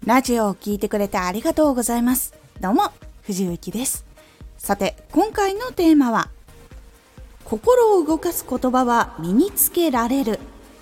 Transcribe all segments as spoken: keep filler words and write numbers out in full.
ラジオを聞いてくれてありがとうございます。どうも藤幸です。さて今回のテーマは、心を動かす言葉は身につけられる。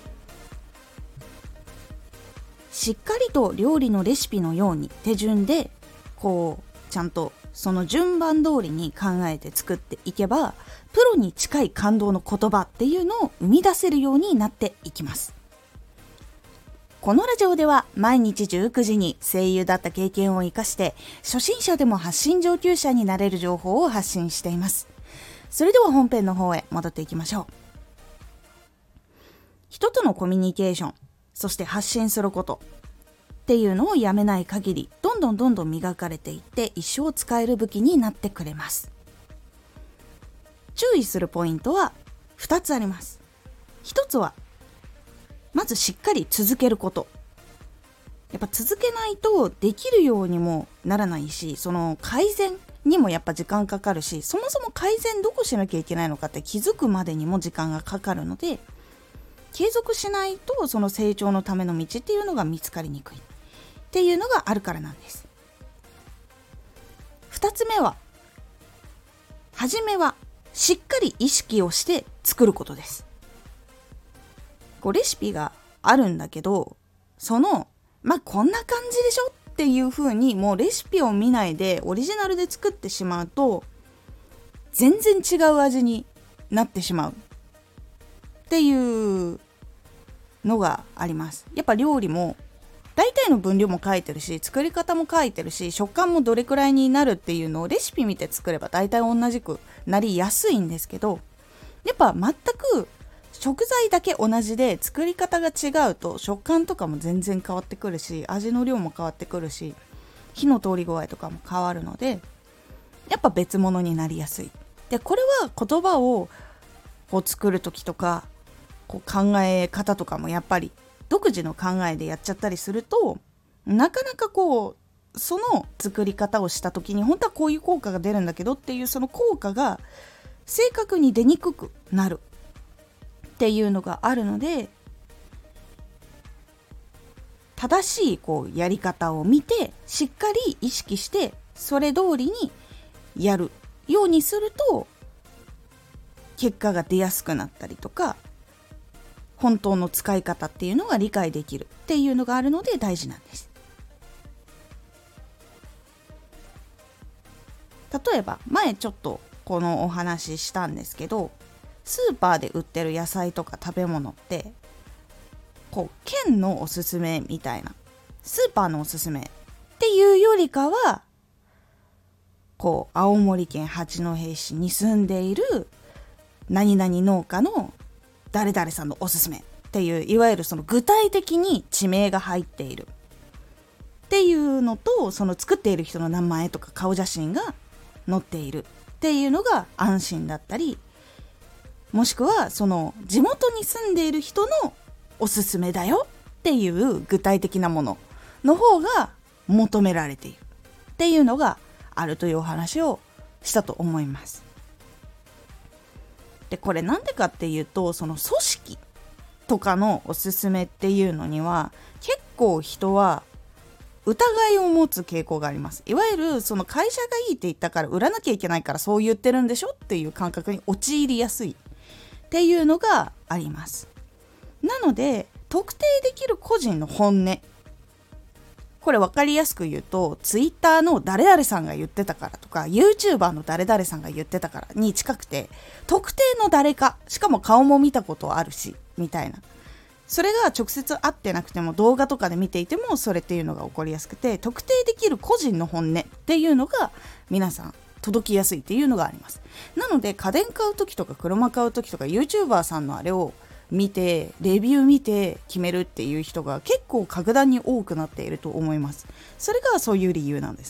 しっかりと料理のレシピのように手順でこうちゃんとその順番通りに考えて作っていけば、プロに近い感動の言葉っていうのを生み出せるようになっていきます。このラジオでは毎日じゅうくじに声優だった経験を生かして初心者でも発信上級者になれる情報を発信しています。それでは本編の方へ戻っていきましょう。人とのコミュニケーション、そして発信することっていうのをやめない限り、どんどんどんどん磨かれていって一生使える武器になってくれます。注意するポイントはふたつあります。ひとつはまずしっかり続けること。やっぱ続けないとできるようにもならないし、その改善にもやっぱ時間かかるし、そもそも改善どうしなきゃいけないのかって気づくまでにも時間がかかるので、継続しないとその成長のための道っていうのが見つかりにくいっていうのがあるからなんです。ふたつめは、はじめはしっかり意識をして作ることです。こうレシピがあるんだけど、そのまあこんな感じでしょっていう風にもうレシピを見ないでオリジナルで作ってしまうと、全然違う味になってしまうっていうのがあります。やっぱ料理も大体の分量も書いてるし、作り方も書いてるし、食感もどれくらいになるっていうのをレシピ見て作れば大体同じくなりやすいんですけど、やっぱ全く食材だけ同じで作り方が違うと食感とかも全然変わってくるし、味の量も変わってくるし、火の通り具合とかも変わるので、やっぱ別物になりやすい。でこれは言葉をこう作る時とかこう考え方とかもやっぱり独自の考えでやっちゃったりすると、なかなかこうその作り方をした時に本当はこういう効果が出るんだけどっていうその効果が正確に出にくくなるっていうのがあるので、正しいこうやり方を見てしっかり意識してそれ通りにやるようにすると結果が出やすくなったりとか、本当の使い方っていうのが理解できるっていうのがあるので大事なんです。例えば前ちょっとこのお話ししたんですけど、スーパーで売ってる野菜とか食べ物ってこう県のおすすめみたいな、スーパーのおすすめっていうよりかは、こう青森県八戸市に住んでいる何々農家の誰々さんのおすすめっていう、いわゆるその具体的に地名が入っているっていうのと、その作っている人の名前とか顔写真が載っているっていうのが安心だったり、もしくはその地元に住んでいる人のおすすめだよっていう具体的なものの方が求められているっていうのがあるというお話をしたと思います。でこれなんでかっていうと、その組織とかのおすすめっていうのには結構人は疑いを持つ傾向があります。いわゆるその会社がいいって言ったから売らなきゃいけないからそう言ってるんでしょっていう感覚に陥りやすいっていうのがあります。なので特定できる個人の本音、これ分かりやすく言うと、ツイッターの誰々さんが言ってたからとか YouTuber の誰々さんが言ってたからに近くて、特定の誰か、しかも顔も見たことあるしみたいな、それが直接会ってなくても動画とかで見ていてもそれっていうのが起こりやすくて、特定できる個人の本音っていうのが皆さん届きやすいっていうのがあります。なので家電買う時とか車買う時とか YouTuber さんのあれを見てレビュー見て決めるっていう人が結構格段に多くなっていると思います。それがそういう理由なんです。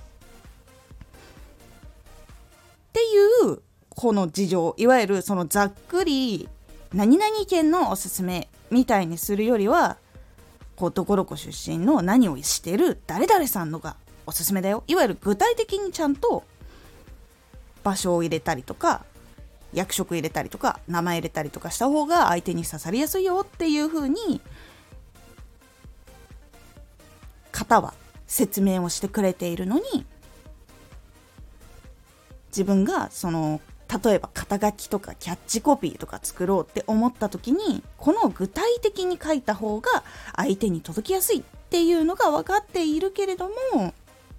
っていうこの事情、いわゆるそのざっくり何々県のおすすめみたいにするよりは、こうどこどこ出身の何をしてる誰々さんのがおすすめだよ、いわゆる具体的にちゃんと場所を入れたりとか役職入れたりとか名前入れたりとかした方が相手に刺さりやすいよっていう風に語方は説明をしてくれているのに、自分がその例えば肩書きとかキャッチコピーとか作ろうって思った時に、この具体的に書いた方が相手に届きやすいっていうのが分かっているけれども、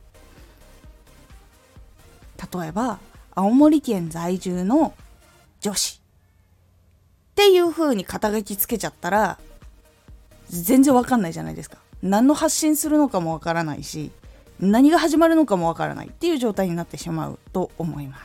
例えば青森県在住の女子っていう風に肩書きつけちゃったら全然分かんないじゃないですか。何の発信するのかも分からないし、何が始まるのかも分からないっていう状態になってしまうと思います。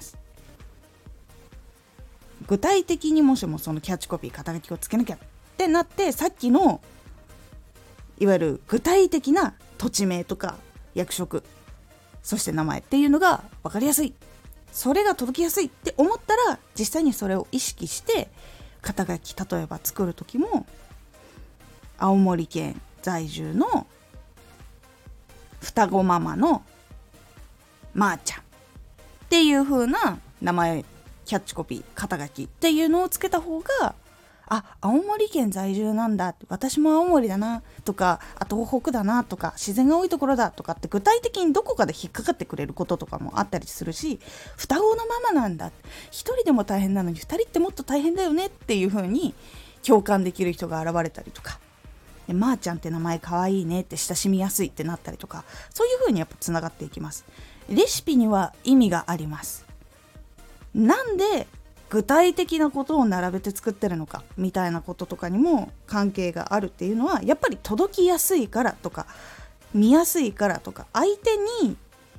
具体的にもしもそのキャッチコピー肩書きをつけなきゃってなって、さっきのいわゆる具体的な土地名とか役職、そして名前っていうのが分かりやすい、それが届きやすいって思ったら、実際にそれを意識して肩書き例えば作る時も、青森県在住の双子ママのまーちゃんっていう風な名前、キャッチコピー肩書きっていうのをつけた方が、あ、青森県在住なんだ、私も青森だなとか、あ東北だなとか、自然が多いところだとかって具体的にどこかで引っかかってくれることとかもあったりするし、双子のママなんだ、一人でも大変なのに二人ってもっと大変だよねっていう風に共感できる人が現れたりとか、でまーちゃんって名前かわいいねって親しみやすいってなったりとか、そういう風にやっぱつながっていきます。レシピには意味があります。なんで具体的なことを並べて作ってるのかみたいなこととかにも関係があるっていうのは、やっぱり届きやすいからとか見やすいからとか、相手に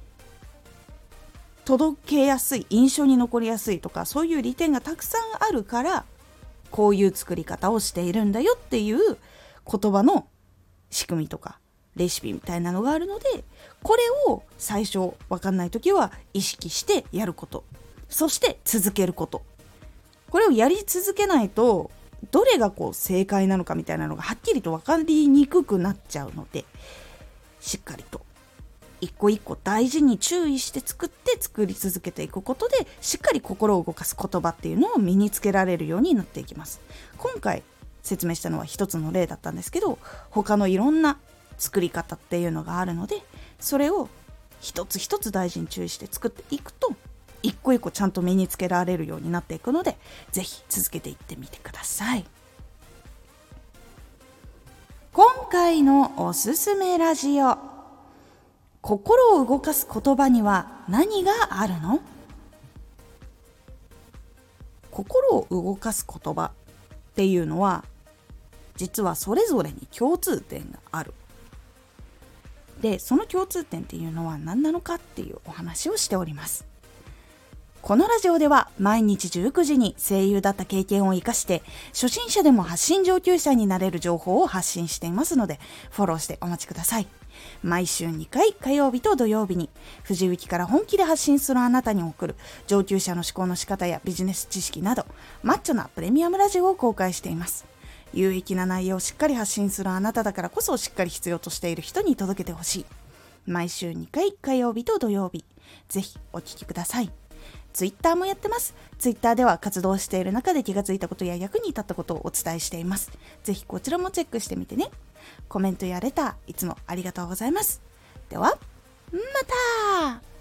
届けやすい、印象に残りやすいとか、そういう利点がたくさんあるから、こういう作り方をしているんだよっていう言葉の仕組みとかレシピみたいなのがあるので、これを最初分かんないときは意識してやること、そして続けること、これをやり続けないと、どれがこう正解なのかみたいなのがはっきりと分かりにくくなっちゃうので、しっかりと一個一個大事に注意して作って作り続けていくことで、しっかり心を動かす言葉っていうのを身につけられるようになっていきます。今回説明したのは一つの例だったんですけど、他のいろんな作り方っていうのがあるので、それを一つ一つ大事に注意して作っていくと、一個一個ちゃんと身につけられるようになっていくので、ぜひ続けていってみてください。今回のおすすめラジオ、心を動かす言葉には何があるの？心を動かす言葉っていうのは、実はそれぞれに共通点がある。で、その共通点っていうのは何なのかっていうお話をしております。このラジオでは毎日じゅうくじに声優だった経験を生かして初心者でも発信上級者になれる情報を発信していますので、フォローしてお待ちください。毎週にかい、火曜日と土曜日に藤雪から本気で発信するあなたに送る上級者の思考の仕方やビジネス知識などマッチョなプレミアムラジオを公開しています。有益な内容をしっかり発信するあなただからこそ、しっかり必要としている人に届けてほしい。毎週にかい、火曜日と土曜日、ぜひお聞きください。ツイッターもやってます。ツイッターでは活動している中で気がついたことや役に立ったことをお伝えしています。ぜひこちらもチェックしてみてね。コメントやレターいつもありがとうございます。ではまた。